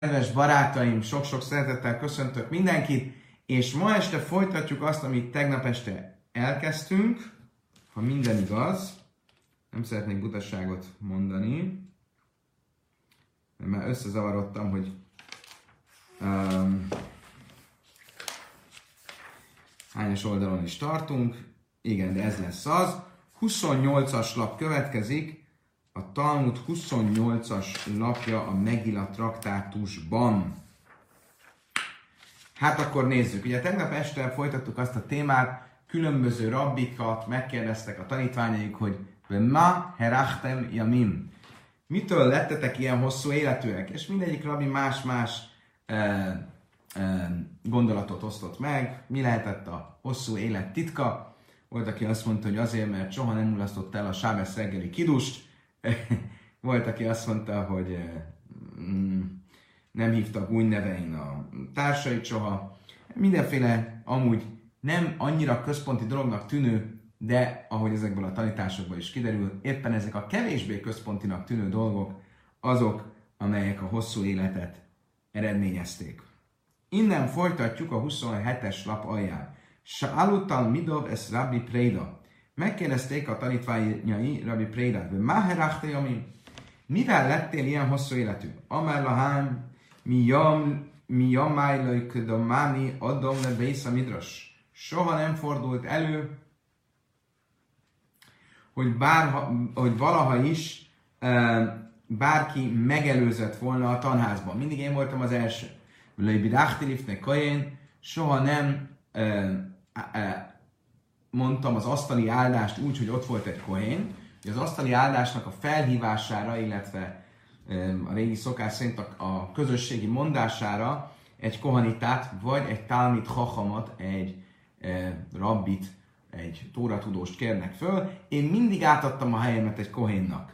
Kedves barátaim, sok-sok szeretettel köszöntök mindenkit, és ma este folytatjuk azt, amit tegnap este elkezdtünk, ha minden igaz. Nem szeretnék butaságot mondani, mert már összezavarodtam, hogy hányas oldalon is tartunk. Igen, de ez lesz az. 28-as lap következik, a Talmud 28-as lapja a Megila traktátusban. Hát akkor nézzük. Ugye tegnap este folytattuk azt a témát, különböző rabbikat megkérdeztek a tanítványaik, hogy ma herachtem yamim. Mitől lettetek ilyen hosszú életűek? És mindegyik rabbi más-más gondolatot osztott meg. Mi lehetett a hosszú élet titka? Volt, aki azt mondta, hogy azért, mert soha nem mulasztott el a sábesz reggeli kidust. Volt, aki azt mondta, hogy nem hívtak új nevein a társait soha. Mindenféle amúgy nem annyira központi dolognak tűnő, de ahogy ezekből a tanításokból is kiderül, éppen ezek a kevésbé központinak tűnő dolgok azok, amelyek a hosszú életet eredményezték. Innen folytatjuk a 27-es lap alján. Sa'alutal midov es Rabbi Preida. Megkérdezték a tanítványai Rabbi Preidát, hogy Máherachta Yamim, mivel lettél ilyen hosszú életű? Amár lahám, mi jamájlai ködománi adom le bész midras. Soha nem fordult elő, hogy valaha is bárki megelőzött volna a tanházban. Mindig én voltam az első. Soha nem mondtam az asztali áldást úgy, hogy ott volt egy kohén. Az asztali áldásnak a felhívására, illetve a régi szokás szerint a közösségi mondására egy kohanitát, vagy egy talmid chachamot, egy rabbit, egy tóratudóst kérnek föl. Én mindig átadtam a helyemet egy kohénnak.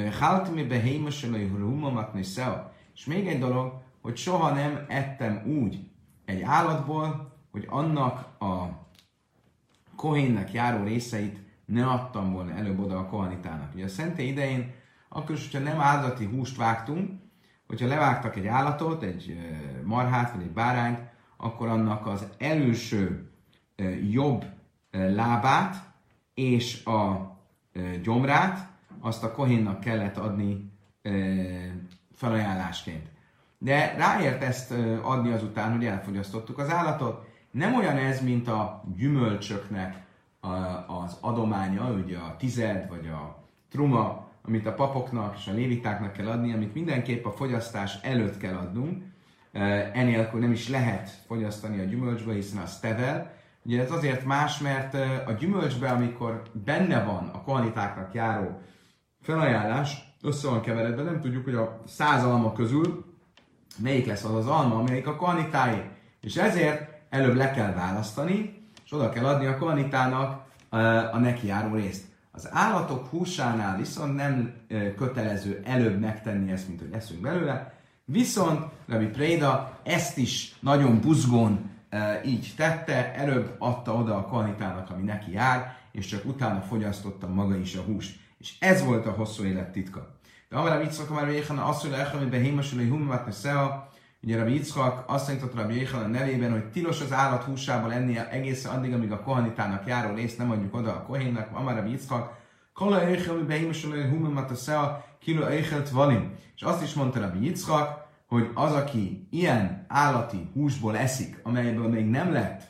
És még egy dolog, hogy soha nem ettem úgy egy állatból, hogy annak a kohénnek járó részeit ne adtam volna előbb oda a kohanitának. Ugye a szentély idején, akkor is, hogyha nem áldozati húst vágtunk, hogyha levágtak egy állatot, egy marhát vagy egy bárányt, akkor annak az előső jobb lábát és a gyomrát azt a kohénnak kellett adni felajánlásként. De ráért ezt adni azután, hogy elfogyasztottuk az állatot. Nem olyan ez, mint a gyümölcsöknek az adománya, ugye a tized vagy a truma, amit a papoknak és a lévitáknak kell adni, amit mindenképp a fogyasztás előtt kell adnunk. Enélkül nem is lehet fogyasztani a gyümölcsbe, hiszen az tevel. Ugye ez azért más, mert a gyümölcsbe, amikor benne van a kohanitáknak járó felajánlás, össze van keveredve, nem tudjuk, hogy a 100 alma közül melyik lesz az az alma, amelyik a kohanitáé. És ezért előbb le kell választani, és oda kell adni a kohanitának a neki járó részt. Az állatok húsánál viszont nem kötelező előbb megtenni ezt, mint hogy eszünk belőle, viszont Rabbi Preida ezt is nagyon buzgón így tette, előbb adta oda a kohanitának, ami neki jár, és csak utána fogyasztotta maga is a húst. És ez volt a hosszú élet titka. De amara Yitzchak már Jéhana azt mondja, hogy behémasulai humamat szea. Ugye Rabbi Yitzchak azt tanított Rabbi Jéhana nevében, hogy tilos az állat húsából enni egészen addig, amíg a kohanitának járó részt nem adjuk oda a kohénnak. Amara Rabbi Yitzchak, kala éjjel behémasulai humamat szea, kilo éjjelt valim. És azt is mondta Rabbi Yitzchak, hogy az, aki ilyen állati húsból eszik, amelyből még nem lett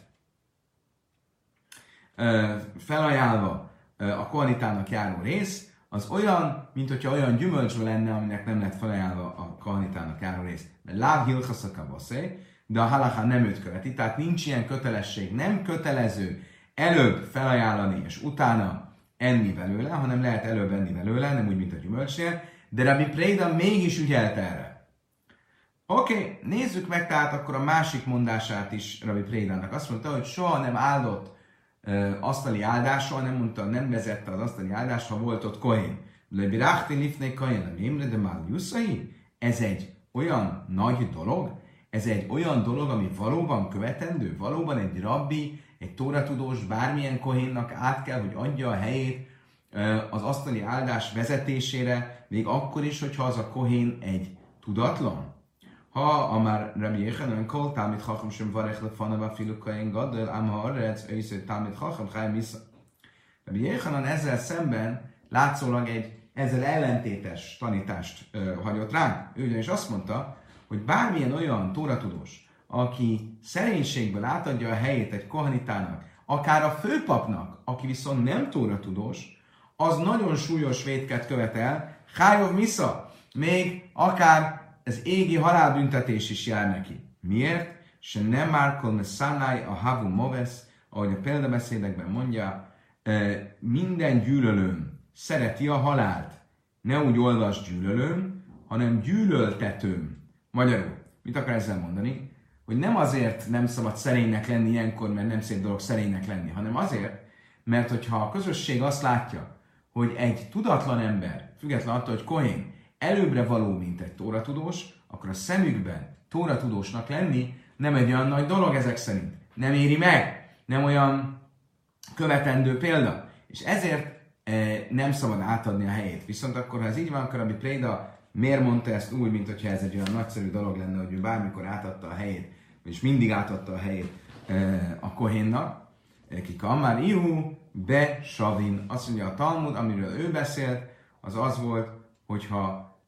felajánlva a kohanitának járó rész, az olyan, mint hogyha olyan gyümölcsből lenne, aminek nem lett felajánlva a kohanitának járó rész. Mert láv hilchaszaka baszé, de a halaká nem őt követi, tehát nincs ilyen kötelesség, nem kötelező előbb felajánlani és utána enni belőle, hanem lehet előbb enni belőle, nem úgy, mint a gyümölcsnél, de Rabbi Preida mégis ügyelt erre. Oké, nézzük meg tehát akkor a másik mondását is Rabbi Preidának. Azt mondta, hogy soha nem áldott asztali áldással, nem mondta, nem vezette az asztali áldást, ha volt ott kohén. Ez egy olyan nagy dolog, ez egy olyan dolog, ami valóban követendő, valóban egy rabbi, egy tóratudós, bármilyen kohénnak át kell, hogy adja a helyét az asztali áldás vezetésére, még akkor is, hogyha az a kohén egy tudatlan. Ha amár Rabbi Yechanan kol támit hacham sem varech le fanava filukain gadol, ám ha arrec ősző támit hacham chájm vissza. Rabbi Yechanan ezzel szemben látszólag egy ezzel ellentétes tanítást hagyott ránk. Ő ugyanis azt mondta, hogy bármilyen olyan tóratudós, aki szerénységből átadja a helyét egy kohanitának, akár a főpapnak, aki viszont nem tóratudós, az nagyon súlyos vétket követel, hájov misza, még akár az égi halálbüntetés is jár neki. Miért? Se nem márkol me szánáj a havu movesz, ahogy a példabeszédekben mondja, minden gyűlölőm szereti a halált. Ne úgy olvasd gyűlölőm, hanem gyűlöltetőm. Magyarul, mit akar ezzel mondani? Hogy nem azért nem szabad szerénynek lenni ilyenkor, mert nem szép dolog szerénynek lenni, hanem azért, mert hogyha a közösség azt látja, hogy egy tudatlan ember, független attól, hogy kohén, előbbre való, mint egy tóratudós, akkor a szemükben tóratudósnak lenni nem egy olyan nagy dolog ezek szerint. Nem éri meg, nem olyan követendő példa. És ezért nem szabad átadni a helyét. Viszont akkor, ha ez így van, akkor Rabbi Préda miért mondta ezt úgy, mint hogyha ez egy olyan nagyszerű dolog lenne, hogy ő bármikor átadta a helyét, és mindig átadta a helyét a kohénnak. Kika már ihu be savin. Azt mondja a Talmud, amiről ő beszélt, az az volt, hogyha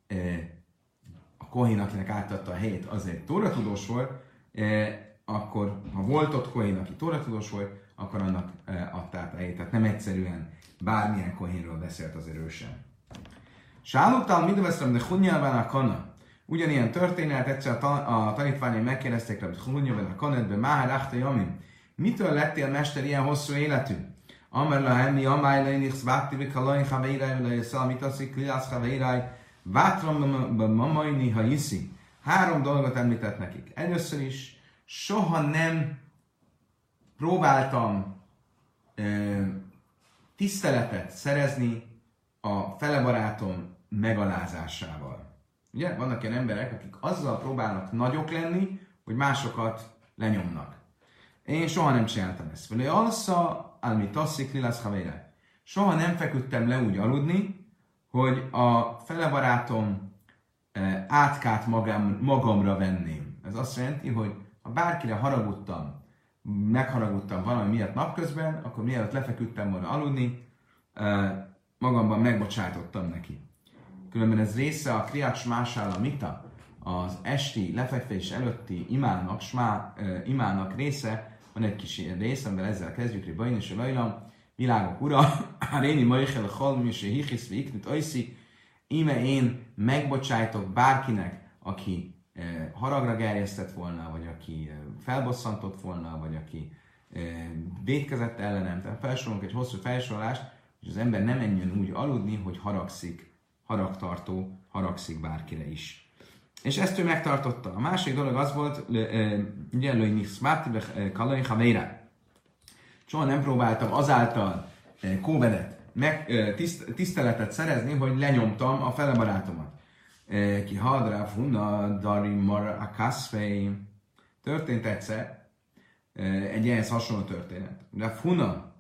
a kohén, akinek átadta a helyét, az egy tóratudós volt, akkor, ha volt ott kohén, aki tóratudós volt, akkor annak adta át a helyét. Tehát nem egyszerűen bármilyen kohénről beszélt az erősen. Sáluttal midveszem, de hunyelván a kana. Ugyanilyen történet, egyszer a tanítványai megkérdezték, hogy hunyelván a kanetben, máhár achta jamin. Mitől lettél mester ilyen hosszú életű? Amar la hemmi amájlai nichsz váktivik halajn haveiráj, vele jösszámit aszik, liász haveiráj, vátram mamajni ha iszi. 3 dolgot említett nekik. Először is soha nem próbáltam tiszteletet szerezni a felebarátom megalázásával. Ugye, vannak ilyen emberek, akik azzal próbálnak nagyok lenni, hogy másokat lenyomnak. Én soha nem csináltam ezt. Vele alsza, almi tasszik, lilasz havérá. Soha nem feküdtem le úgy aludni, hogy a felebarátom átkát magamra venném. Ez azt jelenti, hogy ha bárkire haragudtam, megharagudtam valami miatt napközben, akkor mielőtt lefeküdtem volna aludni, magamban megbocsájtottam neki. Különben ez része a Kriát Smásála Mita, az esti lefekvés előtti imának része, van egy kis része, amivel ezzel kezdjük, hogy Bajn és Lajlam, világok ura, Réni Majhel, Halm és Hichisz, Iknit Ajszi, íme én megbocsájtok bárkinek, aki haragra gerjesztett volna, vagy aki felbosszantott volna, vagy aki vétkezett ellenem. Tehát felsorolunk egy hosszú felsorolást, és az ember nem menjen úgy aludni, hogy haragtartó, haragszik bárkire is. És ezt ő megtartotta. A másik dolog az volt, ugye, hogy nichszmátibek kalai haveira. Soha nem próbáltam azáltal kóvedet, tiszteletet szerezni, hogy lenyomtam a felebarátomat. Ki hadra funna dari mar akaszfei. Történt egyszer egy ehhez hasonló történet. De funa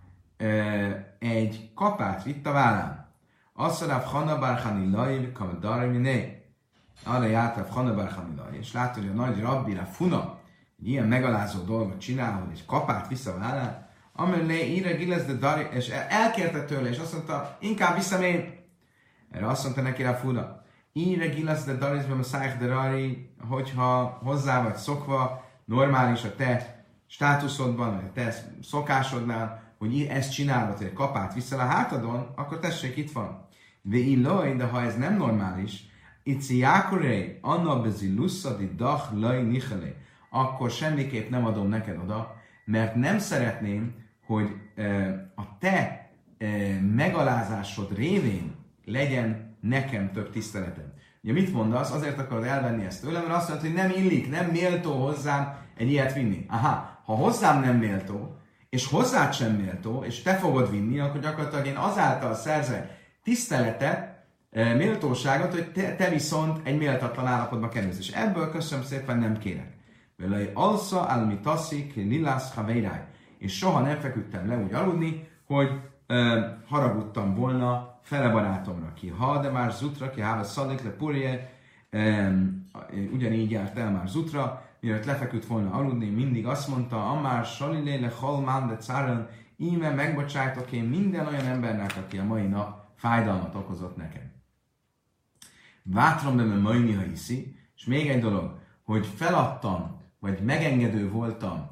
egy kapát vitt a vállán. Asszarav Hana Barhani Laiv Kamadari Miné. Arra járt Rav Hana Barhani Laiv. És látta, hogy a nagy rabbi Rav Huna egy ilyen megalázó dolgot csinál, hogy egy kapát visz a vállán, amellé írja Gilles de Dari, és elkérte tőle, és azt mondta, inkább viszem én. Erre azt mondta neki Rav Huna, írja Gilles de Darizben a Szájh de Dari, hogyha hozzá vagy szokva, normális a te státuszodban, vagy a te szokásodnál, hogy ezt csinálod, hogy egy kapát viszel a hátadon, akkor tessék, itt van. De ha ez nem normális, Ici Jákoré, Anna Bezilusszadi Dach Lai Nichelé, akkor semmiképp nem adom neked oda, mert nem szeretném, hogy a te megalázásod révén legyen nekem több tiszteletem. Ugye mit mondasz? Azért akarod elvenni ezt tőlem, mert azt mondod, hogy nem illik, nem méltó hozzám egy ilyet vinni. Aha, ha hozzám nem méltó, és hozzád sem méltó, és te fogod vinni, akkor gyakorlatilag én azáltal szerzek tiszteletet, méltóságot, hogy te viszont egy méltatlan állapotba kerülsz. És ebből köszönöm szépen nem kérek. Velej alsza almi taszik lilász haveiráj. És soha nem feküdtem le úgy aludni, hogy haragudtam volna fele barátomra ki. Ha, de már zutra ki hála szadik le purje, ugyanígy járt el már Zutra, mielőtt lefeküdt volna aludni, mindig azt mondta, Amár Saliléle Halmán de Cáron, íme megbocsájtok én minden olyan embernek, aki a mai nap fájdalmat okozott nekem. Vátrom be mai ha hiszi, és még egy dolog, hogy feladtam, vagy megengedő voltam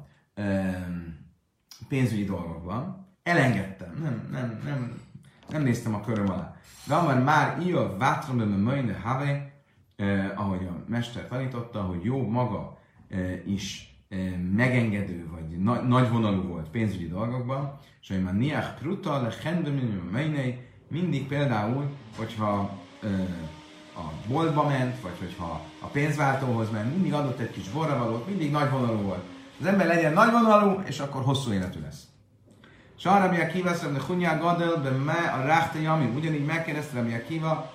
pénzügyi dolgokban, elengedtem, nem néztem a köröm alá. De már ilyen vátrom be mai have, ahogy a mester tanította, hogy jó maga is megengedő, vagy nagyvonalú volt pénzügyi dolgokban, és hogy már niach pruta, le hendeményei, mindig például, hogyha a boltba ment, vagy hogyha a pénzváltóhoz ment, mindig adott egy kis borravalót, mindig nagyvonalú volt. Az ember legyen nagyvonalú, és akkor hosszú életű lesz. Sarabbi Akiva szerint a Hunyá Gadel, de me a Ráhte Jami, ugyanígy megkérdezte Rabbi Akiva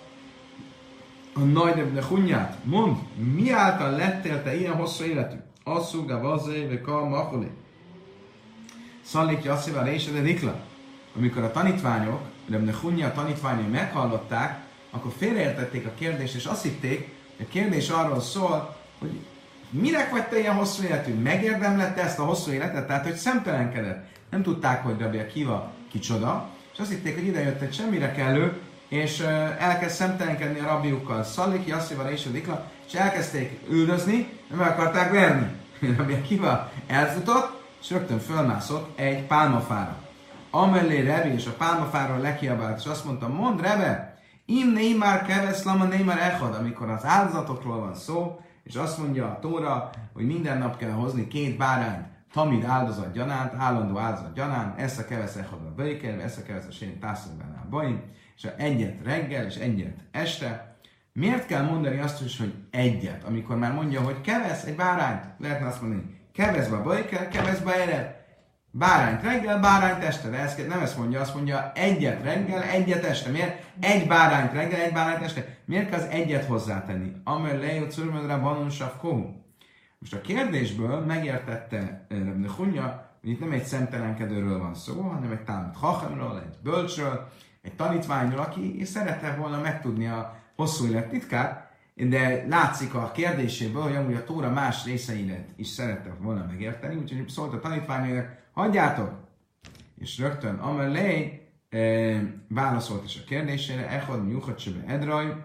a nagy de Hunyát, mondd, mi által lettél te ilyen hosszú életű? Asszúga, vazé, veka, macholi. Szallikja asszival és de dikla. Amikor a tanítványok, Rabbi Hunyá tanítványai meghallották, akkor félreértették a kérdést, és azt hitték, hogy a kérdés arról szól, hogy minek vagy te ilyen hosszú életű? Megérdemlette ezt a hosszú életet? Tehát, hogy szemtelenkedett. Nem tudták, hogy Rabbi Akiva kicsoda, és azt hitték, hogy ide jött egy semmire kellő, és elkezd szemtelenkedni a rabbiukkal. Szaliki, asszival és a dikla, és elkezdték üldözni, nem akarták verni. Rabbi Akiva elfutott, és rögtön fölmászott egy pálmafára. Amellé Rebi, és a pálmafáról lekiabált, és azt mondta, mondd Rebe, im neymar kevesz lama neymar echad, amikor az áldozatokról van szó, és azt mondja a Tóra, hogy minden nap kell hozni 2 bárányt, tamid áldozat gyanánt, állandó áldozat gyanánt, ezt a kevesz echad a bőjkelve, ezt a kevesz a sén tászolván a bajim, és egyet reggel, és egyet este. Miért kell mondani azt is, hogy egyet, amikor már mondja, hogy kevesz egy bárányt? Lehetne azt mondani, keveszbe a bőjkel, keveszbe ered. Bárányt reggel, bárányt este, de ezt nem ezt mondja, azt mondja egyet reggel, egyet este. Miért? Egy bárányt reggel, egy bárányt este. Miért kell az egyet hozzátenni? Amel lejött szürmödre banonsav kohu. Most a kérdésből megértette Rabbi Hunya, hogy itt nem egy szemtelenkedőről van szó, hanem egy támad hachemről, egy bölcsről, egy tanítványról, aki szerette volna megtudni a hosszú élet titkát, de látszik a kérdéséből, hogy amúgy a Tóra más részeinet is szerette volna megérteni, úgyhogy szólt a tanítványainak, hagyjátok! És rögtön amellé válaszolt is a kérdésére, echad nyugat sebe edraj,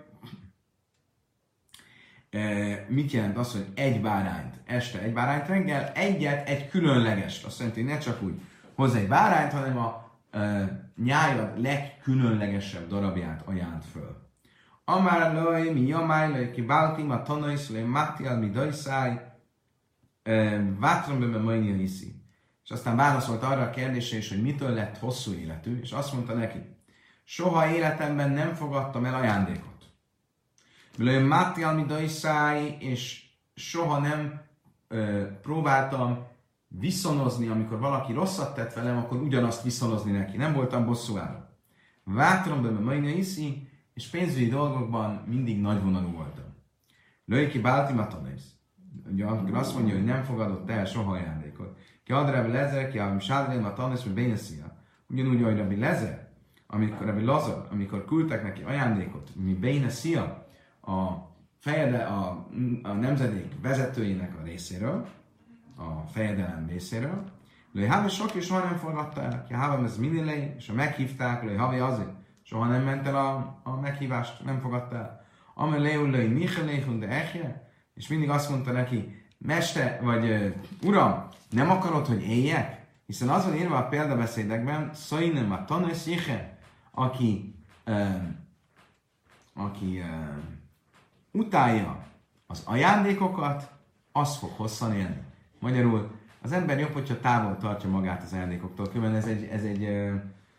mit jelent az, hogy egy bárányt este, egy bárányt reggel, egyet, egy különlegest. Azt jelenti, hogy ne csak úgy hoz egy bárányt, hanem a nyájad legkülönlegesebb darabját ajánlt föl. Amár loj, mi jamáj, loj, ki báltim, a tanais, loj, mattial, mi dajszáj, vátrom be majnia hiszi. És aztán válaszolt arra a kérdésre is, hogy mitől lett hosszú életű, és azt mondta neki, soha életemben nem fogadtam el ajándékot. Loj, mattial, mi dajszáj, és soha nem próbáltam viszonozni, amikor valaki rosszat tett velem, akkor ugyanazt viszonozni neki. Nem voltam bosszúálló. Vátrom be majnia hiszi, és pénzügyi dolgokban mindig nagyvonalú voltam. Lőjki báltimatonész. Ugye azt mondja, hogy nem fogadott el soha ajándékot. Ki adrábi lezer, ki a sádrém a tanész, vagy béneszia. Ugyanúgy, ahogy Rabbi Lezer, Rabbi Lazar, amikor küldtek neki ajándékot, mi béneszia, a nemzedék vezetőjének a részéről, a fejedelem részéről, Lőj Havi sok is soha nem fogadta el, ki Havem ez minilei, és ha meghívták, Lőj Havi azért, soha nem ment el a meghívást, nem fogadta el. Amely leulai Micheléhun de Echje, és mindig azt mondta neki, mester, vagy uram, nem akarod, hogy éljek? Hiszen az van írva a példabeszédekben, Szainem a tanősz Jiche, aki utálja az ajándékokat, az fog hosszan élni. Magyarul az ember jobb, hogyha távol tartja magát az ajándékoktól. Különben ez egy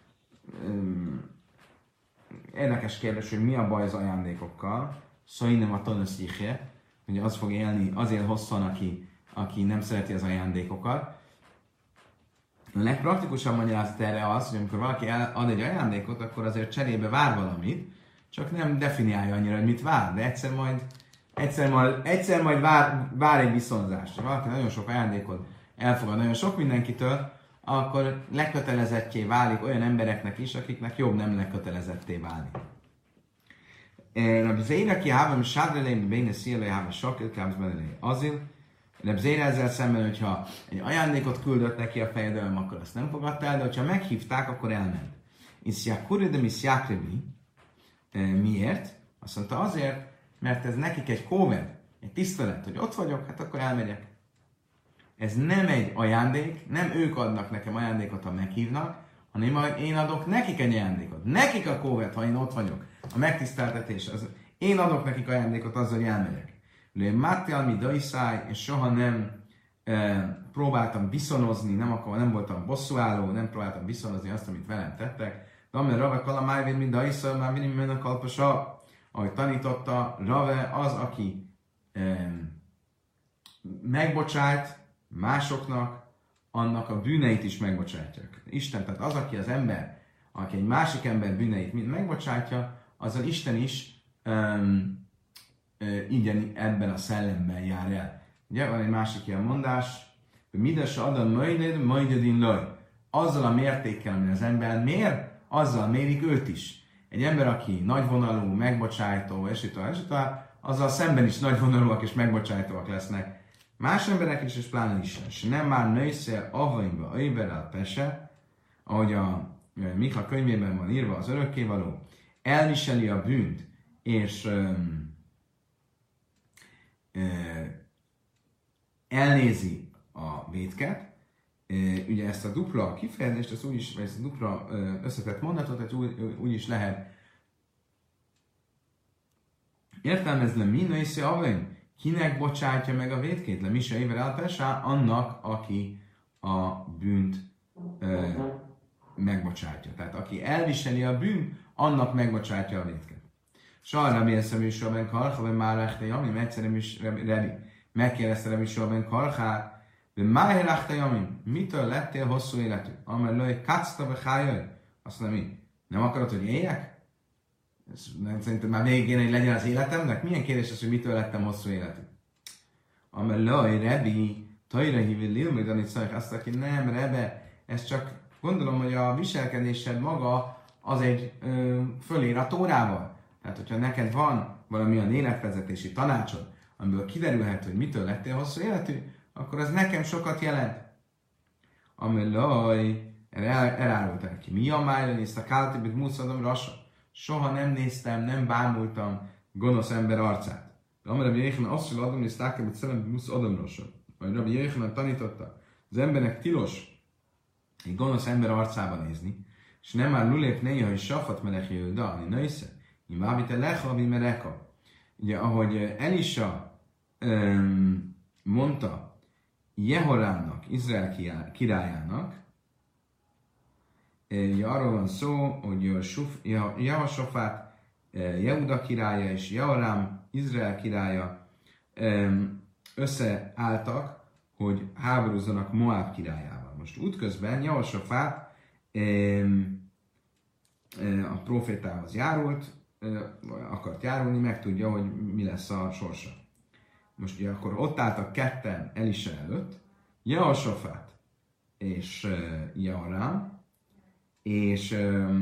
érdekes kérdés, hogy mi a baj az ajándékokkal. Szainem a tanősz Jiche, hogy az fog élni azért hosszan, aki nem szereti az ajándékokat. A legpraktikusabb magyarázat erre az, hogy amikor valaki ad egy ajándékot, akkor azért cserébe vár valamit, csak nem definiálja annyira, hogy mit vár, de egyszer majd vár egy viszonzást. Ha valaki nagyon sok ajándékot elfogad nagyon sok mindenkitől, akkor lekötelezettjé válik olyan embereknek is, akiknek jobb nem lekötelezetté válni. Rabbi Zéra ki hávem sádrelém, béne szélé hávem sok, kámsz belelé azil. Rabbi Zéra ezzel szemben, hogyha egy ajándékot küldött neki a fejedelem, akkor azt nem fogadta el, de hogyha meghívták, akkor elment. Iszjákuri, de miszjákribi. Miért? Azt mondta azért, mert ez nekik egy kóved, egy tisztelet, hogy ott vagyok, hát akkor elmegyek. Ez nem egy ajándék, nem ők adnak nekem ajándékot, ha meghívnak, hanem majd én adok nekik egy ajándékot. Nekik a kóved, ha én ott vagyok. A megtiszteltetés, az, én adok nekik ajándékot azzal, hogy elmegyek. Lé Mattial mi daiszáj, és soha nem próbáltam viszonozni, nem voltam bosszúálló, nem próbáltam viszonozni azt, amit velem tettek. De amely Rave kalamájvéd, mint daiszáj, már mindig mennek kalpasa, ahogy tanította, Rave az, aki megbocsájt másoknak, annak a bűneit is megbocsátja. Isten, tehát az, aki az ember, aki egy másik ember bűneit mind megbocsátja, azzal Isten is igen ebben a szellemben jár el. Ugye van egy másik ilyen mondás, hogy mides adon majded, majdedin laj. Azzal a mértékkel, ami az ember mér, azzal mérik őt is. Egy ember, aki nagyvonalú, megbocsájtó, azzal szemben is nagyvonalúak és megbocsájtóak lesznek. Más emberek is, és pláne is. És nem már nőszer avaimba, öjberel pese, ahogy a Mikha könyvében van írva, az örökkévaló, elviseli a bűnt, és elnézi a vétket. Ugye ezt a dupla kifejezést, ezt a dupla összetett mondatot, tehát úgy is lehet értelmezni, mi nőszer avaim, kinek bocsátja meg a vétkét? Le Misa Éver Elpesá, annak, aki a bűnt megbocsátja. Tehát aki elviseli a bűnt, annak megbocsátja a vétket. Sarra mészem is Rabben Karcha, vagy már rechte jamim, egyszerűen is Rebi. Megkérdezte Rebi Rabben Karchát, de máj rechte jamim, mitől lettél hosszú életű? Amely lőj, kacta be hájaj. Azt mondja, mi? Nem akarod, hogy éljek? Szerintem már végig kéne, hogy legyen az életemnek? Milyen kérdés az, hogy mitől lettem hosszú életű? Amelaj, Rebi, Tajra hívő Lilmig, amit szólják azt, aki nem, Rebe, ez csak gondolom, hogy a viselkedésed maga az egy fölír a Tórával. Tehát, hogyha neked van valamilyen életvezetési tanácsod, amiből kiderülhet, hogy mitől lettél hosszú életű, akkor az nekem sokat jelent. Amelaj, elárulták ki. Mi a májra nézte, káltibit muszadom rasa. Soha nem néztem, nem bámultam gonosz ember arcát. De amire Rabbi Jéhanan azt sem adom, hogy sztákabit szelem musz adomrosa. Vagy Rabbi Jéhanan tanította, az embernek tilos egy gonosz ember arcába nézni, és nem már lulép néha, hogy safat melech jöjjön, ani nősze, imábite lecha, ami mereka. Ugye, ahogy Elisa mondta Jehorámnak, Izrael királyának, arról van szó, hogy Jehosafát, Jehuda királya és Jehorám, Izrael királya összeálltak, hogy háborúzzanak Moab királyával. Most útközben Jehosafát a profétához járult, akart járulni, megtudja, hogy mi lesz a sorsa. Most ugye akkor ott álltak ketten Elisa előtt, Jehosafát és Jehorám, és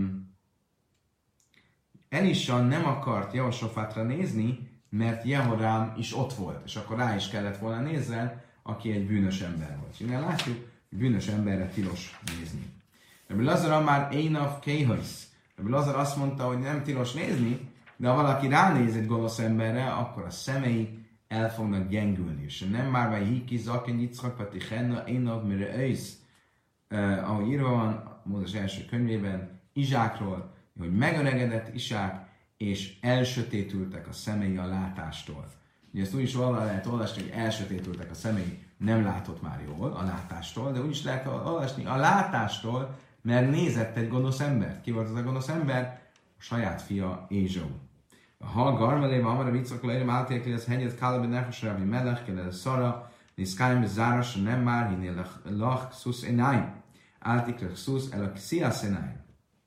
Elisa nem akart Jehosafátra nézni, mert Jehorám is ott volt, és akkor rá is kellett volna nézzen, aki egy bűnös ember volt. És látjuk, hogy bűnös emberre tilos nézni. Rabbi Lazar már Einav Kéhajsz. Rabbi Lazar azt mondta, hogy nem tilos nézni, de ha valaki ránéz egy gonosz emberre, akkor a szemei el fognak gyengülni. És nem már vagy hiki zaken Yitzchak pati henna Einav mire ősz, ahogy írva van Mózes első könyvében, Izsákról, hogy megöregedett Izsák, és elsötétültek a szemei a látástól. Ugye ezt úgy is lehet olvasni, hogy elsötétültek a szemei, nem látott már jól a látástól, de úgy is lehet olvasni a látástól, mert nézett egy gonosz embert. Ki volt az a gonosz ember? A saját fia Ézsau. Ha Garmeléva, Amara Viccak leírem, általában az hegyet Kálebe Nefesrábi Melech, Kelele Szara, Niszkáim Záras, nem már, hinnél Lach Szusz Enáim. Áltikre Szusz el a Xiasz Enáim.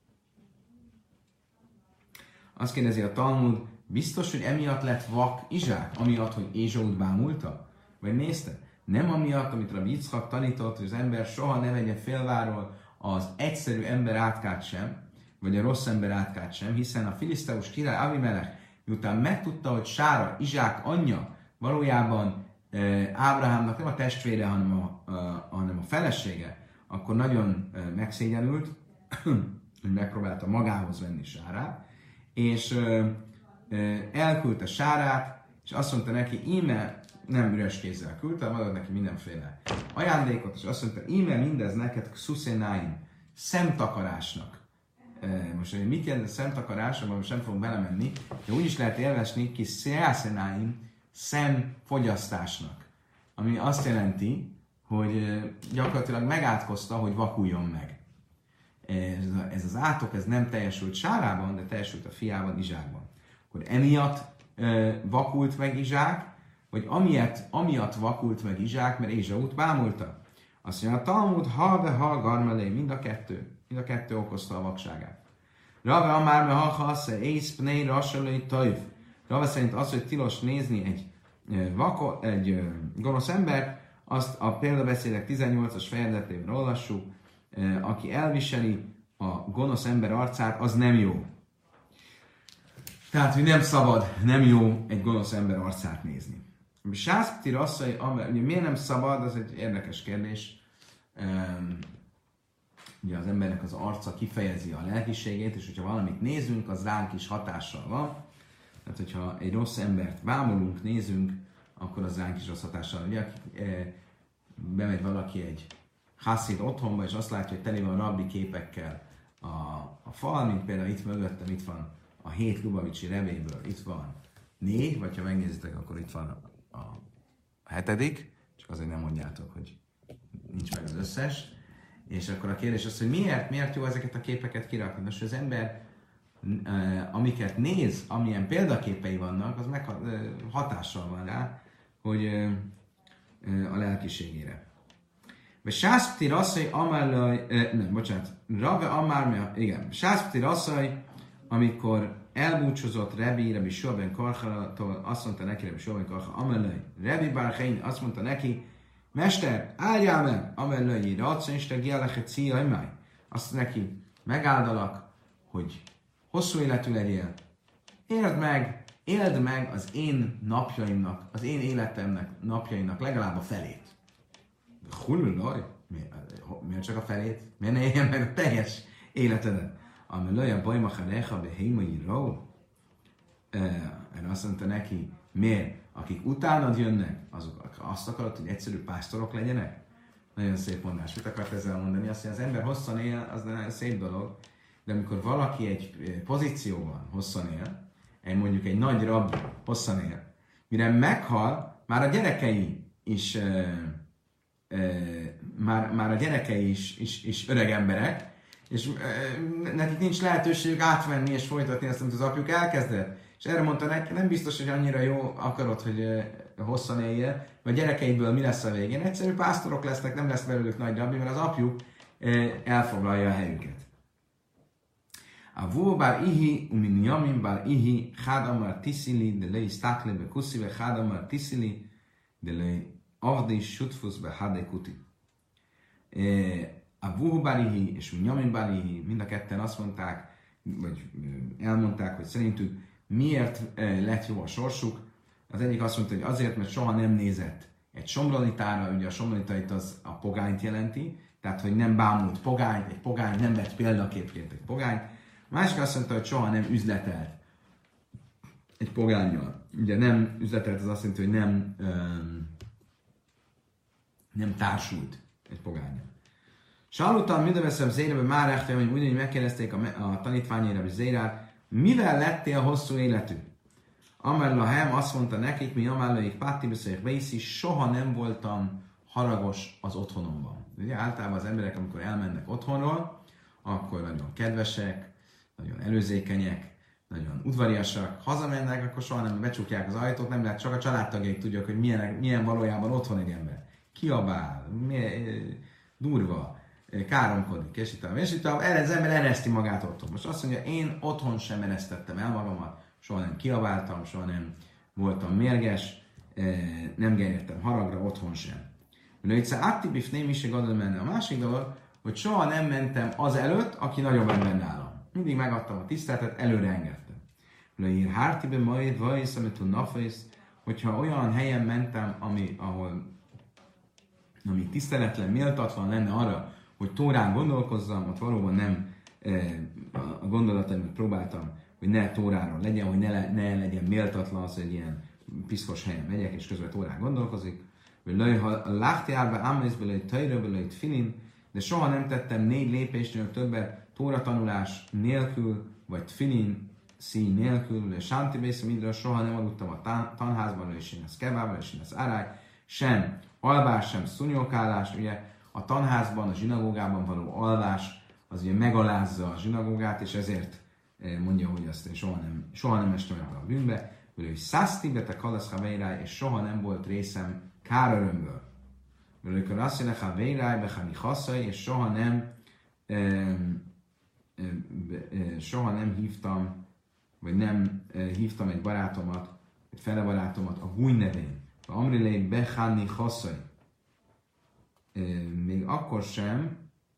Azt kérdezi a Talmud, biztos, hogy emiatt lett vak Izsák? Amiatt, hogy Ézsaut bámulta? Vagy nézte? Nem amiatt, amit Rabbi Yitzchak tanított, hogy az ember soha ne vegye félváról az egyszerű ember átkát sem, vagy a rossz ember átkát sem, hiszen a filiszteus király Avimelech miután megtudta, hogy Sára, Izsák anyja valójában Ábrahámnak nem a testvére, hanem a felesége, akkor nagyon megszégyenült, hogy megpróbálta magához venni Sárát, és elküldte Sárát, és azt mondta neki, íme, nem üres kézzel küldte, adott neki mindenféle ajándékot, és azt mondta, íme mindez neked szuszenáim, szemtakarásnak. Most, hogy mit jelent a szemtakarás, abban most nem fogunk belemenni, de úgy is lehet élvesni ki szelszenáim, szemfogyasztásnak. Ami azt jelenti, hogy gyakorlatilag megátkozta, hogy vakuljon meg. Ez az átok, ez nem teljesült Sárában, de teljesült a fiában, Izsákban. Akkor emiatt vakult meg Izsák, vagy amiatt vakult meg Izsák, mert Ézsaut bámulta. Azt mondja, a Talmud, ha garmelé, mind a kettő okozta a vakságát. Rave amár me ha hasze, ész pnei rassalai tajv. Rave szerint az, hogy tilos nézni egy gonosz ember, azt a példabeszédek 18-as fejezetében olvassuk, aki elviseli a gonosz ember arcát, az nem jó. Tehát, hogy nem szabad, nem jó egy gonosz ember arcát nézni. Sászpti rasszai, miért nem szabad, az egy érdekes kérdés. Ugye az embernek az arca kifejezi a lelkiségét, és hogyha valamit nézünk, az ránk is hatással van. Tehát, hogyha egy rossz embert bámulunk, nézünk, akkor az ránk is rossz hatással. Ugye, bemegy valaki egy haszid otthonba, és azt látja, hogy teli van rabbi képekkel a fal, mint például itt mögöttem, itt van a 7 Lubavicsi revéből, itt van 4, vagy ha megnézitek, akkor itt van a 7, csak azért nem mondjátok, hogy nincs meg az összes. És akkor a kérdés az, hogy miért jó ezeket a képeket kirakni? Most az ember, amiket néz, amilyen példaképei vannak, az meg hatással van rá, hogy a lelkiségére. Vagy Sászpti rasszai amellaj, Rave amár, igen, Sászpti rasszai, amikor elbúcsúzott Rebi Shua ben Karchalától, azt mondta neki Rebi Shua ben Karcha, amellaj, Rebi Bárhein, azt mondta neki, Mester, álljál meg, amellaj, Ratszon Isten Giellechet Ciajmáj. Azt neki, megáldalak, hogy hosszú életű legyél, éld meg az én napjaimnak, az én életemnek, napjaimnak legalább a felét. Hullulaj, miért csak a felét? Miért ne éljen meg a teljes életedet? Amellaj a bajmacharecha behémai ró. Erre azt mondta neki, miért? Akik utánad jönnek, azok azt akarod, hogy egyszerű pásztorok legyenek? Nagyon szép mondás. Mit akart ezzel mondani? Azt, hogy az ember hosszan él, az nagyon szép dolog, de amikor valaki egy pozícióban hosszan él, mondjuk egy nagy rab hosszan él, mire meghal, már a gyerekei is már a gyerekei is öreg emberek, és nekik nincs lehetőségük átvenni és folytatni azt, amit az apjuk elkezdett. És erre mondta neki, nem biztos, hogy annyira jó akarod, hogy hosszan éljél, vagy gyerekeidből mi lesz a végén. Egyszerű pásztorok lesznek, nem lesz belőlük nagy rabbi, mert az apjuk elfoglalja a helyüket. A vó bár ihi, umin jamin bár ihi, chádamar tiszili, de lei stákle be kuszive, chádamar tiszili, de lei avdi sutfusz be hadekuti. A vó bár ihi és jamin bár ihi, mind a ketten azt mondták, vagy elmondták, hogy szerintük miért lett jó a sorsuk. Az egyik azt mondta, hogy azért, mert soha nem nézett egy somronitára, ugye a somronitait az a pogányt jelenti, tehát, hogy nem bámult pogányt, egy pogány nem vett példaképként egy pogányt. A másik azt mondta, hogy soha nem üzletelt egy pogánnyal. Ugye nem üzletelt, az azt jelenti, hogy nem társult egy pogánnyal. Salután mindöveszem Zérebe már echte, hogy ugyanígy megkérdezték a tanítványére, hogy Zérát, mivel lettél hosszú életű? Amellahem azt mondta nekik, mi amellaik páttibeszélyek beiszi, soha nem voltam haragos az otthonomban. Ugye általában az emberek, amikor elmennek otthonról, akkor nagyon kedvesek, nagyon előzékenyek, nagyon udvariasak, hazamennek, akkor soha nem becsukják az ajtót, nem lehet, csak a családtagjaik tudják, hogy milyen valójában otthon egy ember. Kiabál, durva, káromkodik, és itt erre az ember ereszti magát otthon. Most azt mondja, én otthon sem eresztettem el magamat, soha nem kiabáltam, soha nem voltam mérges, nem gerjedtem haragra, otthon sem. Lőjtsze áttibif nem is menne. A másik dolog, hogy soha nem mentem az előtt, aki nagyobb ember nálam. Mindig megadtam a tiszteletet, előre engedtem. leír hártibe majd vajsz, amit nafasz, hogyha olyan helyen mentem, ami tiszteletlen, méltatlan lenne arra, hogy Tórán gondolkozzam, ott valóban nem a gondolataimat próbáltam, hogy ne Tóráról legyen, hogy ne legyen méltatlan az, hogy ilyen piszkos helyen megyek, és közben Tórán gondolkozik. Ha láhtjárba, ámészből egy tajrőből egy filin, de soha nem tettem 4 lépésnél többet Tóra tanulás nélkül, vagy tfilin szín nélkül, és sántibész, mindről soha nem aludtam a tanházban, és én ez kebában, és én ez áráj, sem alvás, sem szúnyogálás, ugye a tanházban, a zsinagógában való alvás, az ugye megalázza a zsinagógát, és ezért mondja, hogy azt én soha nem estem ebbe a bűnbe, hogy szászti te kalasz haveiráj, és soha nem volt részem kárörömből. Amikor azt mondja, haveiráj, behani haszai, és soha nem hívtam, vagy nem hívtam egy barátomat, egy fele barátomat a húj nevén. Amrilei behani haszai. Még akkor sem,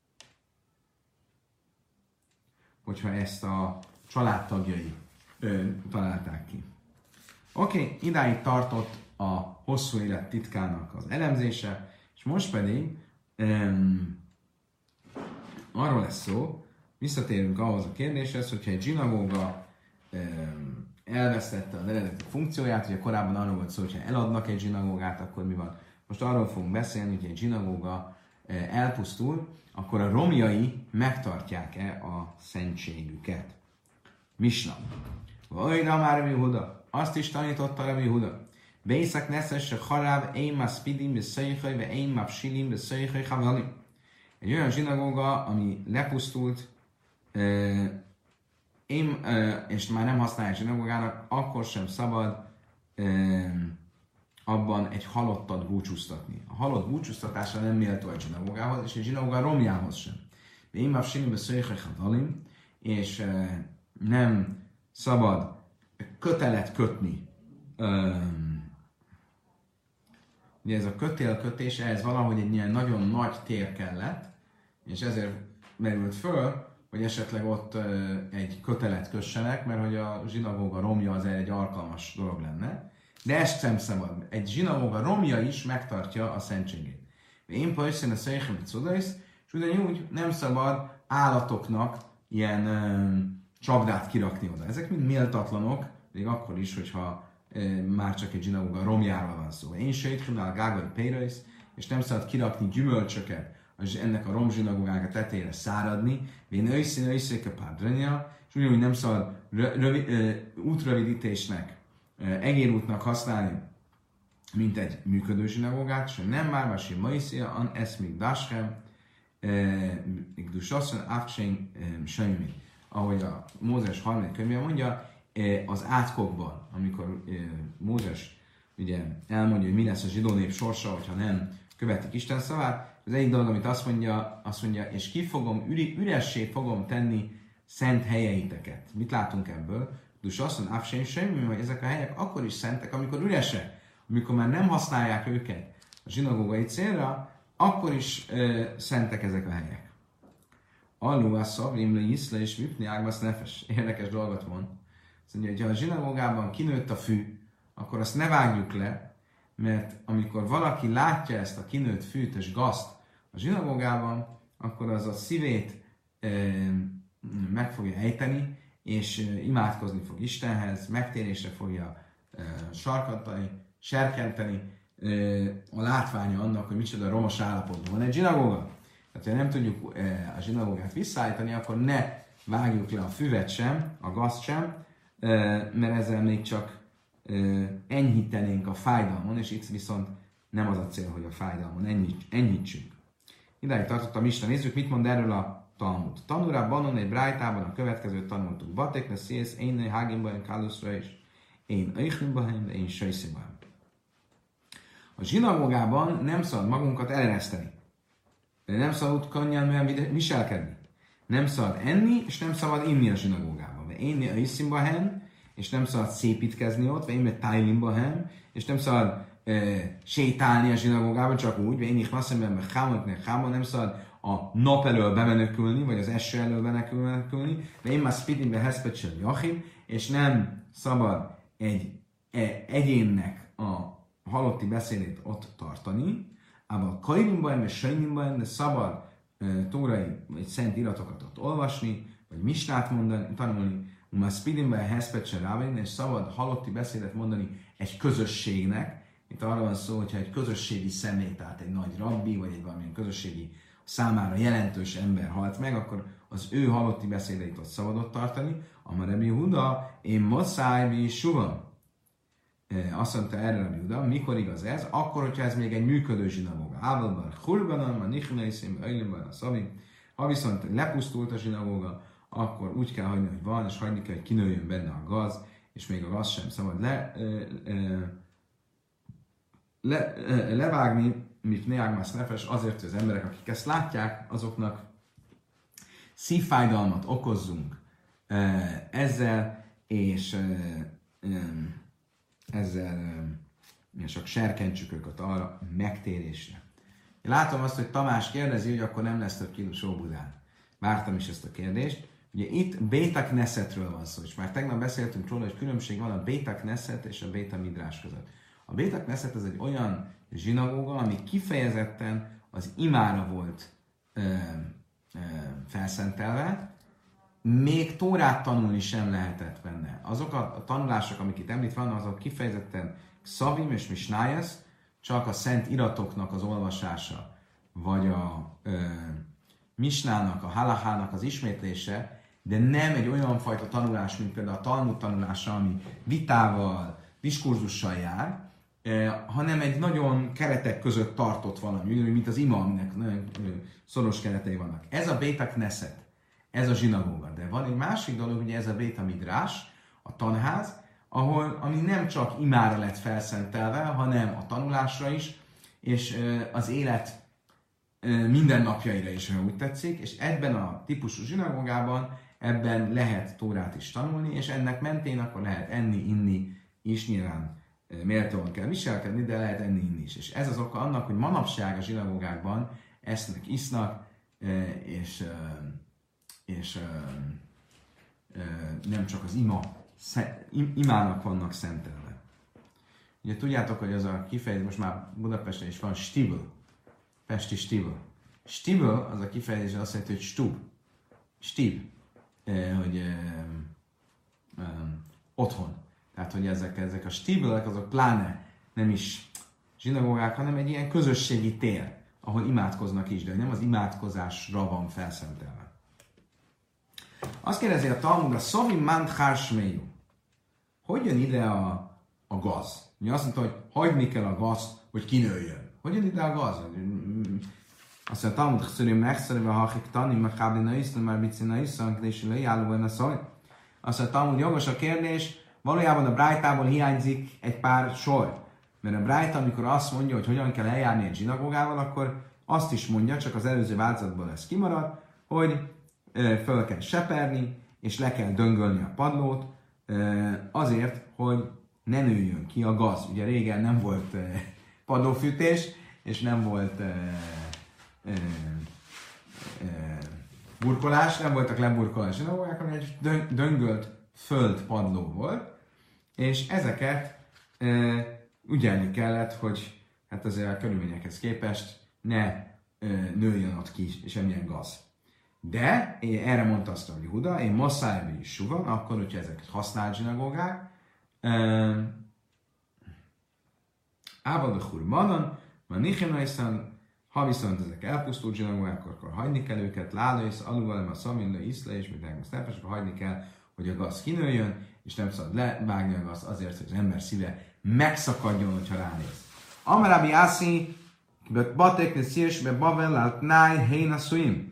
hogyha ezt a családtagjai találták ki. Oké, idáig tartott a hosszú élet titkának az elemzése, és most pedig arról lesz szó, visszatérünk ahhoz a kérdéshez, hogyha egy zsinagóga elvesztette az eredeti funkcióját, ugye korábban arról volt szó, hogyha eladnak egy zsinagógát, akkor mi van? Most arról fogunk beszélni, hogy egy zsinagóga elpusztul, akkor a romjai megtartják-e a szentségüket. Misna. Vajra már Rabbi Huda. Azt is tanította Rabbi Huda. Bészak neszesse haráb, én ma spidim beszöjjhöj, ve én ma psilim beszöjjhöj havalim. Egy olyan zsinagóga, ami lepusztult, és már nem használják zsinagógának, akkor sem szabad abban egy halottat búcsúztatni. A halott búcsúztatása nem méltó egy zsinagógához, és egy zsinagóga romjához sem. Én már psilim beszöjjhöj havalim, és nem szabad kötelet kötni. Ugye ez a kötélkötés, ehhez valahogy egy ilyen nagyon nagy tér kellett, és ezért merült föl, hogy esetleg ott egy kötelet kössenek, mert hogy a zsinagóga romja az egy alkalmas dolog lenne. De ezt sem szabad. Egy zsinagóga romja is megtartja a szentségét. Én pajszén a szeichemit szodaisz, és ugyanúgy nem szabad állatoknak ilyen csapdát kirakni oda. Ezek mind méltatlanok, még akkor is, hogyha már csak egy zsinagóga romjáról van szó. Én sejthinál gágai péreisz, és nem szabad kirakni gyümölcsöket ennek a romzsinagógának a tetejére száradni, én őszéke pádrenia, és ugyanúgy nem szabad útrövidítésnek, egérútnak használni, mint egy működő zsinagógát, és nem már, vási maiszia, an eszmik daschem, igdusasszon, áfcsén, semmi. Ahogy a Mózes 3. könyvében mondja, az átkokban, amikor Mózes ugye elmondja, hogy mi lesz a zsidó nép sorsa, hogyha nem követik Isten szavát, az egyik dolog, amit azt mondja, és üressé fogom tenni szent helyeiteket. Mit látunk ebből? Dus azt mondja, áfsén semmi, hogy ezek a helyek akkor is szentek, amikor üresek, amikor már nem használják őket a zsinagógai célra, akkor is szentek ezek a helyek. Allu a szabrimle iszle és vipni ágbasz nefes. Érdekes dolgot mond. Azt mondja, hogy ha a zsinagógában kinőtt a fű, akkor azt ne vágjuk le, mert amikor valaki látja ezt a kinőtt fűt és gazt a zsinagógában, akkor az a szívét meg fogja ejteni, és imádkozni fog Istenhez, megtérésre fogja serkenteni a látványa annak, hogy micsoda romos állapotban van egy zsinagóga. Tehát, ha nem tudjuk a zsinagógát visszaállítani, akkor ne vágjuk le a füvet sem, a gazt sem, mert ezzel még csak enyhítenénk a fájdalmon, és itt viszont nem az a cél, hogy a fájdalmon enyhítsünk. Idáig tartott a Misna. Nézzük, mit mond erről a Talmud. Tanúra banon egy brájtában a következőt tanultuk. Baték le szélsz, én hágimbahem káluszra is, én eichlimbahem, de én sajszimbahem. A zsinagógában nem szabad magunkat elereszteni. Nem szabad könnyen viselkedni. Nem szabad enni, és nem szabad inni a zsinagógában. De én eichlimbahem, és nem szabad szépítkezni ott, vagy én tájlimbahem, és nem szabad sétálni a zsinagógában, csak úgy, vagy én is masszemben nem szabad a nap elől bemenekülni, vagy az eső elől bemenekülni, de én már spidimbe heszpecsel jachim, és nem szabad egy egyénnek a halotti beszédét ott tartani, ával kairimban, és sajnimban, de szabad tórai vagy szent iratokat ott olvasni, vagy misnát mondani, tanulni, a spidimben, heszpecsen rávén, és szabad halotti beszédet mondani egy közösségnek. Itt arról van szó, hogyha egy közösségi személy, tehát egy nagy rabbi, vagy egy valamilyen közösségi számára jelentős ember halt meg, akkor az ő halotti beszédeit ott szabadott tartani. Amar Rabbi Huda, én Moszáj Suva. Azt mondta erre Rabbi Huda, mikor igaz ez? Akkor, hogyha ez még egy működő zsinagóga. Ávalban, Hulbanan, a Nichneiszen, Öjlenben, a Szavin. Ha viszont lepusztult a zsinagóga, akkor úgy kell hagyni, hogy van, és hagyni kell, hogy kinőjön benne a gaz, és még a gaz sem szabad levágni, mit neágmász nefes, azért, hogy az emberek, akik ezt látják, azoknak szívfájdalmat okozzunk ezzel, és ezzel csak serkentsük őket arra megtérésre. Én látom azt, hogy Tamás kérdezi, hogy akkor nem lesz több Kiddush Óbudán. Vártam is ezt a kérdést. Ugye itt Béta Knessetről van szó, és már tegnap beszéltünk róla, hogy különbség van a Béta Knesset és a Béta Midrás között. A Béta Knesset az egy olyan zsinagóga, ami kifejezetten az imára volt felszentelve, még Tórát tanulni sem lehetett benne. Azok a tanulások, amik itt említ vannak, azok kifejezetten Xavim és Misnájes, csak a szent iratoknak az olvasása, vagy a Misnának, a Halahának az ismétlése, de nem egy olyan fajta tanulás, mint például a Talmud tanulása, ami vitával, diskurzussal jár, hanem egy nagyon keretek között tartott valami, mint az ima, aminek nagyon szoros keretei vannak. Ez a Béta Knesset, ez a zsinagóga. De van egy másik dolog, ugye ez a Béta Midrás, a tanház, ami nem csak imára lett felszentelve, hanem a tanulásra is, és az élet mindennapjaira is, ha úgy tetszik, és ebben a típusú zsinagógában ebben lehet Tórát is tanulni, és ennek mentén akkor lehet enni, inni is, nyilván méltóan kell viselkedni, de lehet enni, inni is. És ez az oka annak, hogy manapság a zsinagógákban esznek, isznak, és nem csak az imának vannak szentelve. Ugye tudjátok, hogy az a kifejezés, most már Budapesten is van stibel, pesti stibel. Stibel az a kifejezés azt jelenti, hogy stub. Stib, hogy otthon. Tehát, hogy ezek a stibelek, azok pláne nem is zsinagógák, hanem egy ilyen közösségi tér, ahol imádkoznak is, de nem az imádkozásra van felszentelve. Azt kérdezi a Talmud, a Szovim Mant Hársméjú. Hogy jön ide a gaz? Ugye azt mondta, hogy hagyni kell a gazt, hogy kinőjön. Hogy jön ide a gaz? Azt mondja, a Talmud Szörim megszerűve, ha akik tanni, meg hábdina iszlom, már bicina iszlom, és lejállóan a szaj. Azt mondja, a Talmud jogos a kérdés, valójában a Brájtából hiányzik egy pár sor. Mert a Brájta, amikor azt mondja, hogy hogyan kell eljárni egy zsinagógával, akkor azt is mondja, csak az előző változatból ez kimarad, hogy föl kell seperni, és le kell döngölni a padlót, azért, hogy ne nőjön ki a gaz. Ugye régen nem volt padlófűtés, és nem volt burkolás, nem voltak leburkolás zsinagógák, hanem egy döngölt földpadló volt, és ezeket ügyelni kellett, hogy hát azért a körülményekhez képest ne nőjön ott ki semmilyen gaz. De erre mondta azt, hogy Huda, én Moszájbi is suvan, akkor, hogyha ezek használt zsinagógák, Ávadachur manan, van Nichemnaiszen, ha viszont ezek elpusztult zsinagógák, akkor hagyni kell őket, Lálaisz, Aluvalem, a Szamilla, Iszle, és mit elmondsz nefes, akkor hagyni kell, hogy a gaz kinőjön, és nem szabad levágni a gaz azért, hogy az ember szíve megszakadjon, hogyha ránéz. Amarabi Ászi, batek ne szírsbe Bavel, altnáj, héna szuim.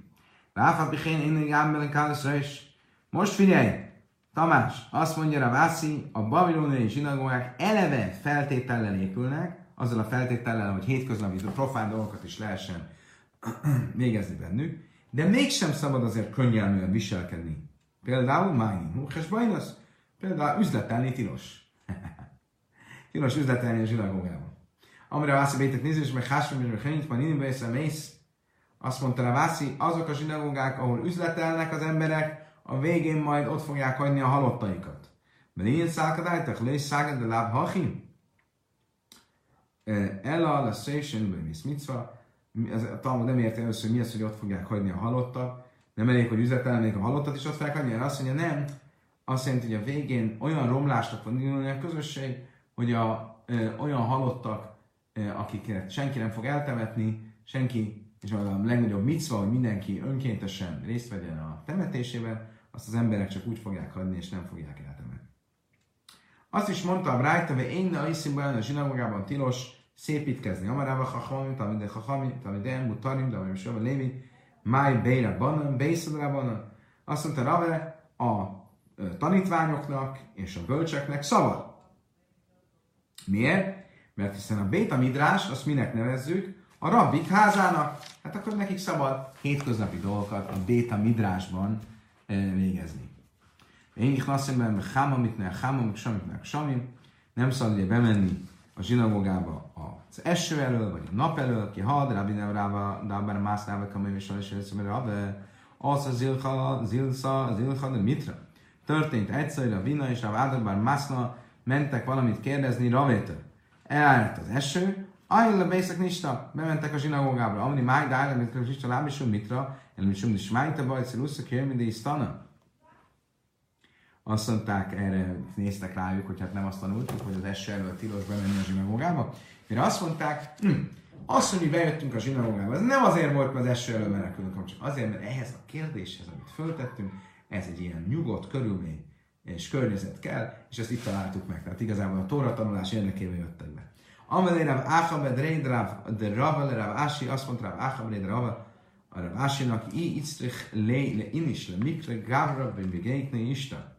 Most figyelj, Tamás, azt mondja Rav Assi, a babiloniai zsinagógák eleve feltétellel épülnek, azzal a feltétellel, hogy hétköznapi profán dolgokat is lehessen végezni bennük, de mégsem szabad azért könnyelműen viselkedni. Például Májnin Húhes Bajnasz, például üzletelni tilos. Tilos üzletelni a zsinagógában. Amire Rav Assi bétek nézés, meg hásfém, meg hányit, majd innen beészre mész. Azt mondta Rav Assi, azok a zsinagógák, ahol üzletelnek az emberek, a végén majd ott fogják hagyni a halottaikat. Mert én szálkadájtak, le is szágad, de láb hachim. Ella, la szésen, bőmész micva. A Talmud nem érti először, hogy mi az, hogy ott fogják hagyni a halottat. Nem elég, hogy üzletelnék a halottat is ott fogják hagyni, mert azt mondja, nem. Azt jelenti, hogy a végén olyan romlásnak van indulni a közösség, hogy olyan halottak, akiket senki nem fog eltemetni, senki, és a legnagyobb micva, hogy mindenki önkéntesen részt vegyen a temetésében, azt az emberek csak úgy fogják hagyni, és nem fogják eltemetni. Azt is mondta a Brájta, hogy én a iszimban, a zsinagógában tilos szépítkezni. Amarába hachami, tamide mutarim, de amely soha lévi, máj beira banan, bészadra banan. Azt mondta Rave, a tanítványoknak és a bölcseknek szabad. Miért? Mert hiszen a Béta Midrás, azt minek nevezzük? A rabbik házának. Hát akkor nekik szabad hétköznapi dolgokat a Béta Midrásban végezni. Én is azt mondom, hogy hámamitnek, hámamik, samim, nem szabad ugye bemenni a zsinagógába az eső elől, vagy a nap elől, ki had, Rabbi Nevrába, Dábára Másznába, Kamém és az a zilcha, de mitra. Történt egyszerűen a Vina és a Vádabár Mászna mentek valamit kérdezni Ravétől. Elállt az eső, ajánl bészek nista, bementek a zsinagógába. Amni máj, dájla, mint a nista lábisum mitra, elmitsum is májta bajcel, uszak, jöjjön, isztana. Azt mondták, erre néztek rájuk, hogy hát nem azt tanultuk, hogy az eső elől tilos bemenni a zsinagógába. Mire azt mondták, azt, hogy mi bejöttünk a zsinagógába, ez nem azért volt, mert az eső elől menekülünk, hanem csak azért, mert ehhez a kérdéshez, amit föltettünk, ez egy ilyen nyugodt körülmény és környezet kell, és ezt itt találtuk meg. Tehát igazából a Tóra tanulás érdekében jöttek be. Amelé Rav Achabed Reid Rav de Rava le Rav Ashi, azt mondta Rav Achabed Reid Rava, a Rav Ashinak i isztrich le inis le mikre gavra begeitni ista.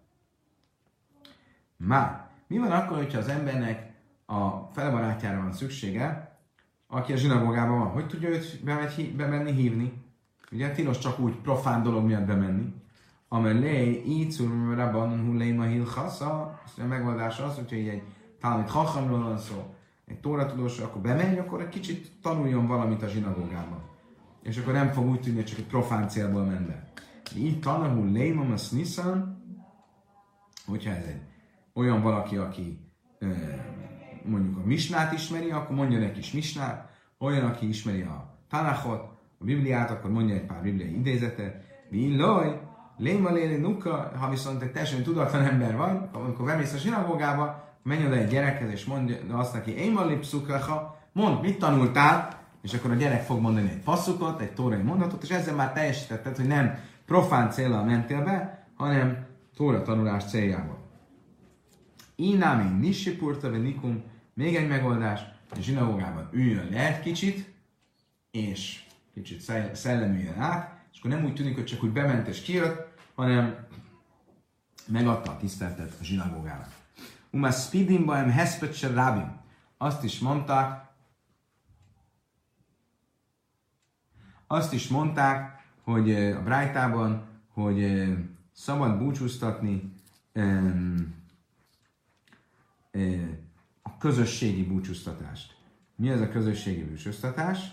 Már, mi van akkor, hogyha az embernek a felebarátjára van szüksége, aki a zsinagógában van? Hogy tudja őt bemenni, hívni? Ugye tilos csak úgy profán dolog miatt bemenni. Amelé, így szurmaraban hulléma hilchasza, a megoldás az, hogyha így egy talmid chachamról van szó, egy tóratudósról, akkor bemenj, akkor egy kicsit tanuljon valamit a zsinagógában. És akkor nem fog úgy tűnni, hogy csak egy profán célból ment be. Így tanahul lémam a szniszan, hogyha ez egy olyan valaki, aki mondjuk a misnát ismeri, akkor mondjon egy kis misnát, olyan, aki ismeri a Tanachot, a Bibliát, akkor mondja egy pár bibliai idézetet, villaj, léma léli nuka, ha viszont egy teljesen tudatlan ember vagy, amikor bemész a zsinagógába, menj oda egy gyerekhez, és mondja azt neki, én van lipszukrecha, mondd, mit tanultál, és akkor a gyerek fog mondani egy passzukot, egy tórai mondatot, és ezzel már teljesítetted, hogy nem profán céllal mentél be, hanem tóra tanulás céljával. Inámi nissipurta venikum, még egy megoldás, a zsinagógában üljön le egy kicsit, és kicsit szellemüljön át, és akkor nem úgy tűnik, hogy csak úgy bement és kijött, hanem megadta a tiszteletet a zsinagógának. Uma spidimba em heszpetse rabim. Azt is mondták, hogy a Brájtában, hogy szabad búcsúztatni a közösségi búcsúztatást. Mi ez a közösségi búcsúztatás?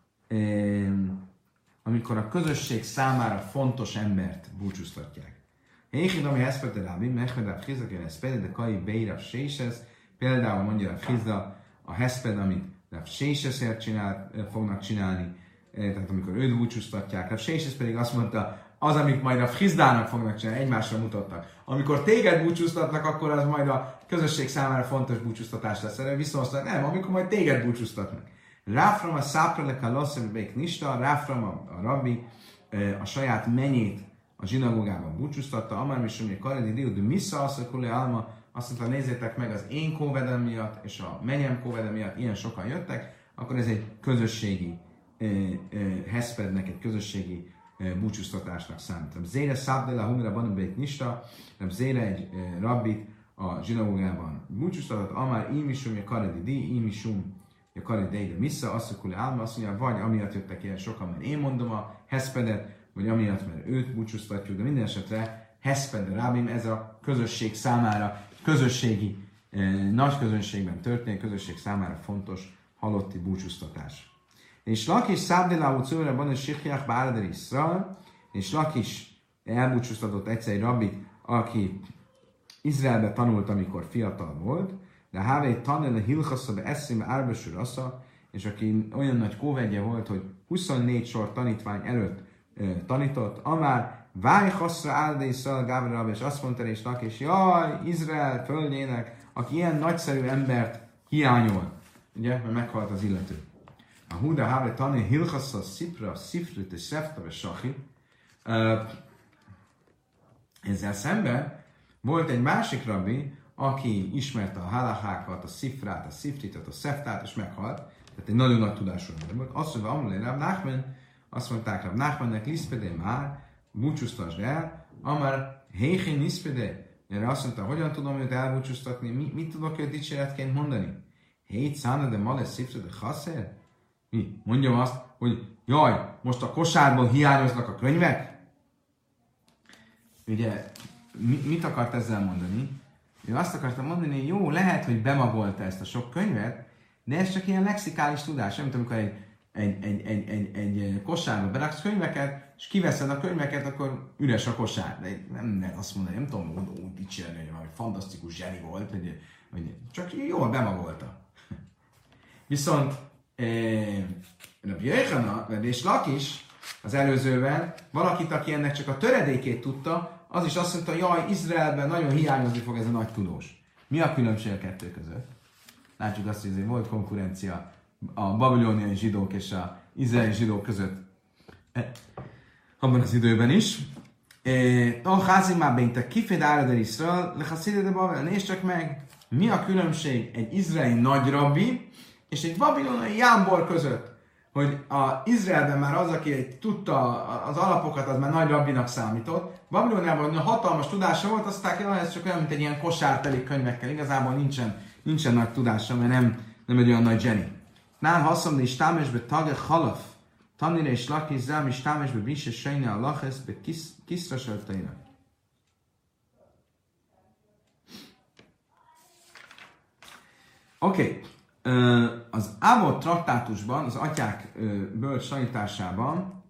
Amikor a közösség számára fontos embert búcsúztatják. Éhid, ami eszpete rábim, mechmedább hizdaken eszpede, de kai beirav séses, például mondja a hizda, a heszped, amit Rav Sésesért fognak csinálni, tehát amikor őt búcsúztatják. Rav Séses pedig azt mondta, az, amit majd a Hizdának fognak csinálni, egymásra mutattak. Amikor téged búcsúztatnak, akkor az majd a közösség számára fontos búcsúztatás lesz. Erre viszont nem, amikor majd téged búcsúztatnak. Ráfram a száprelek a lasszabék nista, Ráfram a rabbi a saját menyét a zsinagógában búcsúztatta, amár mi sem, hogy karedi dió, de missza azt, hogy alma, azt mondta, nézzétek meg az én kóvedem miatt, és a menyem kóvedem miatt ilyen sokan jöttek, akkor ez egy közösségi heszpednek, egy közösségi búcsúztatásnak számít. Zére szabdela humira banabék nista, Zére egy rabbit a zsinagógában búcsúztatott, amár ímisum, a karedi di, ímisum, a karedi de missza, azt mondja, vagy amiatt jöttek ilyen sokan, mert én mondom a heszpedet, vagy amiatt, mert őt búcsúztatjuk, de minden esetre heszped rábim, ez a közösség számára, közösségi, nagy közönségben történő közösség számára fontos halotti búcsúztatás. És Lakis Szabdilá Ucóra és Sikják Bárader Iszrael, és Lakis elbúcsúztatott egyszer egy rabbit, aki Izraelbe tanult, amikor fiatal volt, de Hávei tanul a Hilchaszabe eszébe árbesül assza, és aki olyan nagy kóvegye volt, hogy 24 sor tanítvány előtt tanított, amár Vájhaszra áldé Iszrael Gávrab, és azt mondta és Lakis, jaj, Izrael földjének, aki ilyen nagyszerű embert hiányol. Ugye, mert meghalt az illető. A Huda Hávei tanul Hilchasza Szipra, Szifrit és Szefta és Sachi. Ezzel szemben volt egy másik rabbi, aki ismerte a halachákat, a szifrát, a szifritet, a szeftát, és meghalt. Tehát egy nagyon nagy tudású ember volt. Azt mondta, Amalé Rab Nachman, azt mondták Rab Nachmannek, liszpedé már, búcsúztasd el, amár héhén liszpedé. Erre azt mondta, hogyan tudom őt elbúcsúztatni, mit tudok őt dicséretként mondani? Hét szána de male szifrede chaszer? Mi? Mondjam azt, hogy jaj, most a kosárból hiányoznak a könyvek? Ugye, mit akart ezzel mondani? Ő azt akarta mondani, hogy jó, lehet, hogy bemagolta ezt a sok könyvet, de ez csak ilyen lexikális tudás. Nem tudom, amikor egy kosárba beraksz könyveket, és kiveszed a könyveket, akkor üres a kosár. De nem lehet azt mondani, nem tudom úgy dicsérni, hogy valami fantasztikus zseni volt, hogy csak jól bemagolta. Viszont Rabbi Yochanan és Lakis az előzővel, valakit, aki ennek csak a töredékét tudta, az is azt mondta, jaj, Izraelben nagyon hiányozni fog ez a nagy tudós. Mi a különbség a kettő között? Látjuk azt, hogy volt konkurencia a babiloniai zsidók és az izraeli zsidók között abban az időben is. A házimábaninte kiféd áradel Izrael, lehaszide de Babel, nézd csak meg, mi a különbség egy izraeli nagy rabbi és egy babiloniai jámbor között. Hogy az Izraelben már az, aki tudta az alapokat, az már nagy rabbinak számított. Babiloniában hatalmas tudása volt, aztán ez csak olyan, mint egy ilyen kosárteli könyvekkel. Igazából nincsen nagy tudása, mert nem egy olyan nagy zseni. Nál haszom, és támesbe tagja halaf. Tanire és Lakis zám, és támesbe bisse sejne a lachesz, be kiszra sörteire. Oké. Az Ávot traktátusban, az atyák bölcs tanításában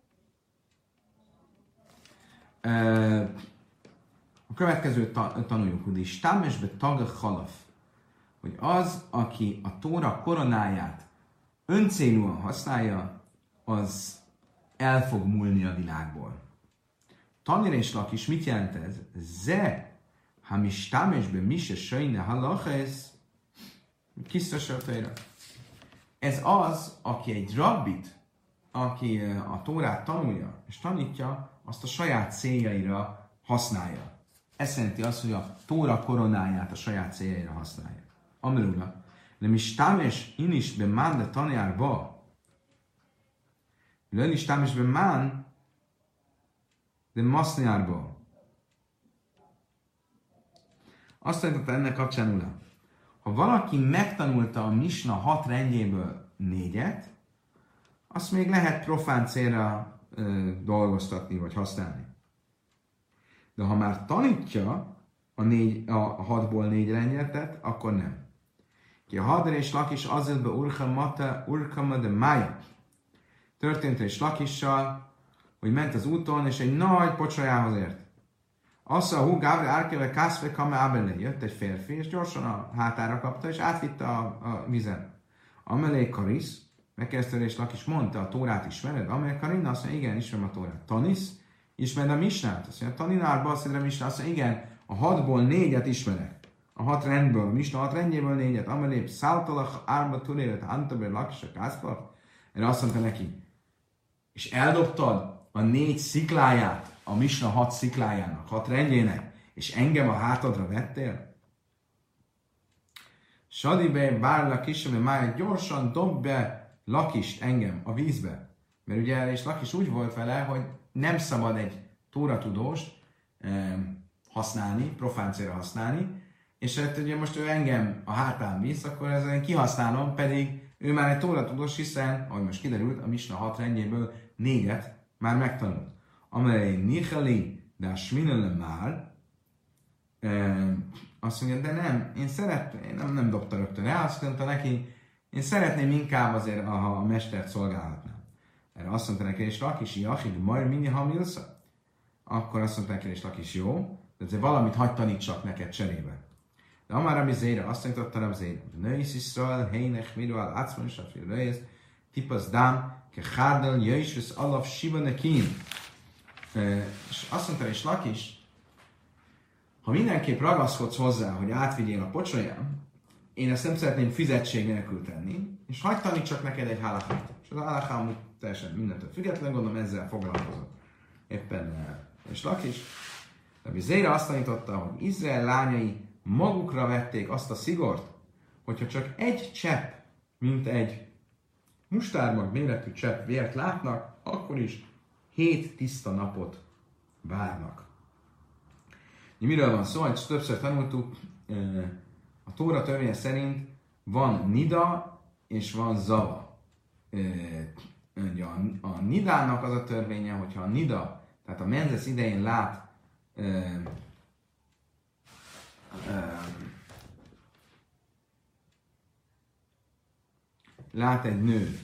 a következőt tanuljuk, hogy is támesbe tagja halaf, hogy az, aki a Tóra koronáját öncélúan használja, az el fog múlni a világból. Tanir és Lakis, mit jelent ez? Ze, ha mi támesbe mise sajne halachesz, kisztasörteire. Ez az, aki egy rabbit, aki a Tórát tanulja és tanítja, azt a saját céljaira használja. Ez jelenti azt, hogy a Tóra koronáját a saját céljaira használja. Amerula, nem is támes in is be man de tanjárba, nem is támes be man de masznjárba. Azt mondta ennek kapcsán ula. Ha valaki megtanulta a Misna 6 rendjéből 4-et, azt még lehet profán célra dolgoztatni vagy használni. De ha már tanítja a 6-ból 4 rendjetet, akkor nem. Ki a Hadr és Lakis azilbe urkama de mája. Történt és Lakissal, hogy ment az úton, és egy nagy pocsolyához ért. Assza a hú, Gábri, Árkeve, Kászve, Kame, Abele. Jött egy férfi, és gyorsan a hátára kapta, és átvitte a vizen. Amelé Karisz, megkezdte és Lakis mondta, a Tórát ismered? Amelé Karin, azt mondja, igen, ismerem a Tórát. Tanisz, ismered a Misnát? Azt mondja, Taninárba, azt mondja, a Misnát, azt mondja, igen, a 6-ból 4-et ismerek. A 6 rendből, a Misna 6 rendjéből 4-et. Amelé Száltalach, Árba, Turélet, Antaber, Lakis, a Kászva. Erre azt mondta neki, és eldobtad a 4 szikláját, a Misna 6 sziklájának, 6 rendjének, és engem a hátadra vettél? Sadibe, bár Lakisbe, már gyorsan dob be Lakist engem a vízbe. Mert ugye és Lakis úgy volt vele, hogy nem szabad egy tóratudóst használni, profán célra használni, és hát ugye most ő engem a hátán visz, akkor ezen kihasználom, pedig ő már egy tóratudós, hiszen, ahogy most kiderült, a Misna 6 rendjéből 4-et már megtanult. Amely Nicheli, de a Sminele már, azt mondja, de nem, én szeretném, nem dobta rögtön el, azt mondta neki, én szeretném inkább azért, ha a mestert szolgálhatnám. Erre azt mondta neki, és Lakis, Jachid, majd mini hamilsza. Akkor azt mondta neki, és Lakis, jó, ezért valamit hagy tanítsak neked cserébe. De Amár Rabbi Zéra, azt tanította Rabbi Zéra, Nőisz Iszrael, Hénech, Miruál, Ácman, Safir, Röjész, Tipasz Dám, Kehárdal, Jöjjsvesz, Alaf, Sivanekin. És azt mondta és Lakis, ha mindenképp ragaszkodsz hozzá, hogy átvigyél a pocsolyám, én ezt nem szeretném fizetség nélkül tenni, és hagyd tanítsak neked egy halachát. És az halachá amúgy teljesen mindentől független, gondolom ezzel foglalkozott. Éppen és Lakis. Rabbi Zéra azt tanította, hogy Izrael lányai magukra vették azt a szigort, hogyha csak egy csepp, mint egy mustármag méretű csepp vért látnak, akkor is 7 tiszta napot várnak. Miről van szó? Hogy többször tanultuk, a Tóra törvénye szerint van nida és van zava. A nidának az a törvénye, hogyha a nida, tehát a menzesz idején lát egy nő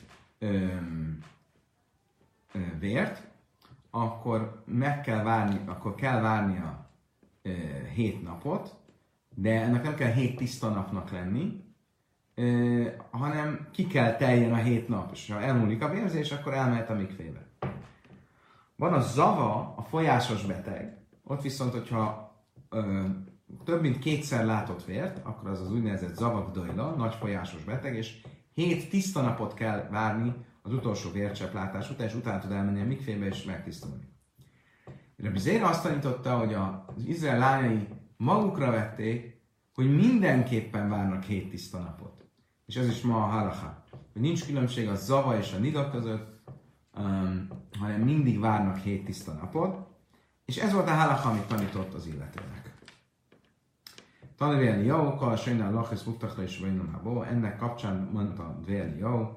vért, akkor kell várnia 7 napot, de ennek nem kell 7 tiszta napnak lenni, hanem ki kell teljen a 7 nap, és ha elmúlik a vérzés, akkor elmehet a mikvébe. Van a zava, a folyásos beteg, ott viszont, hogyha több mint 2-szer látott vért, akkor az az úgynevezett zavagdajla, nagy folyásos beteg, és 7 tiszta napot kell várni az utolsó vércseplátás után, és utána tud elmenni a mikvébe és megtisztulni. Rabbi Zéra azt tanította, hogy az Izrael lányai magukra vették, hogy mindenképpen várnak 7 tiszta napot. És ez is ma a halacha. Hogy nincs különbség a zava és a nida között, hanem mindig várnak 7 tiszta napot. És ez volt a halacha, amit tanított az illetőnek. Tanulni Jókkal, Sajnál Lachesz Muktachra és Vajnamából. Ennek kapcsán mondta Dvéli Jó,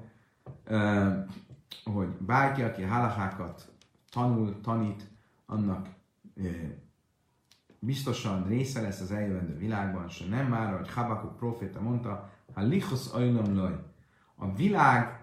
hogy bárki, aki a halachákat tanít, annak biztosan része lesz az eljövendő világban, és nem már, hogy Habakuk próféta mondta, ha lichosz ajlom loj, a világ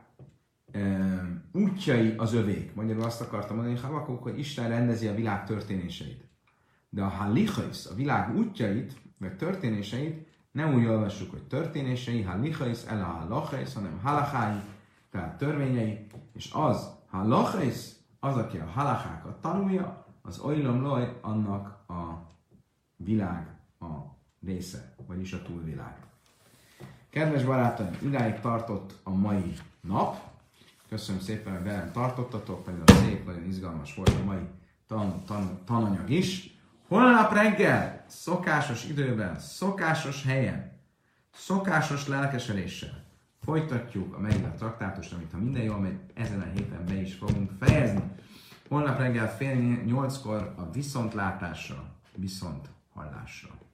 útjai az övék. Magyarul azt akartam mondani, hogy Habakuk, hogy Isten rendezi a világ történéseit. De a halichais, a világ útjait, vagy történéseit nem úgy olvassuk, hogy történései, halichais, el a halachais, hanem halachái, tehát törvényei, és az halachais, az, aki a halachákat tanulja, az oilom loj, annak a világ a része, vagyis a túlvilág. Kedves barátaim, idáig tartott a mai nap. Köszönöm szépen, hogy velem tartottatok, nagyon szép, nagyon izgalmas volt a mai tananyag is. Holnap reggel, szokásos időben, szokásos helyen, szokásos lelkesedéssel folytatjuk a megírt traktátust, amit ha minden jól megy, ezen a héten be is fogunk fejezni. Holnap reggel 7:30-kor a viszontlátásra, viszont hallásra.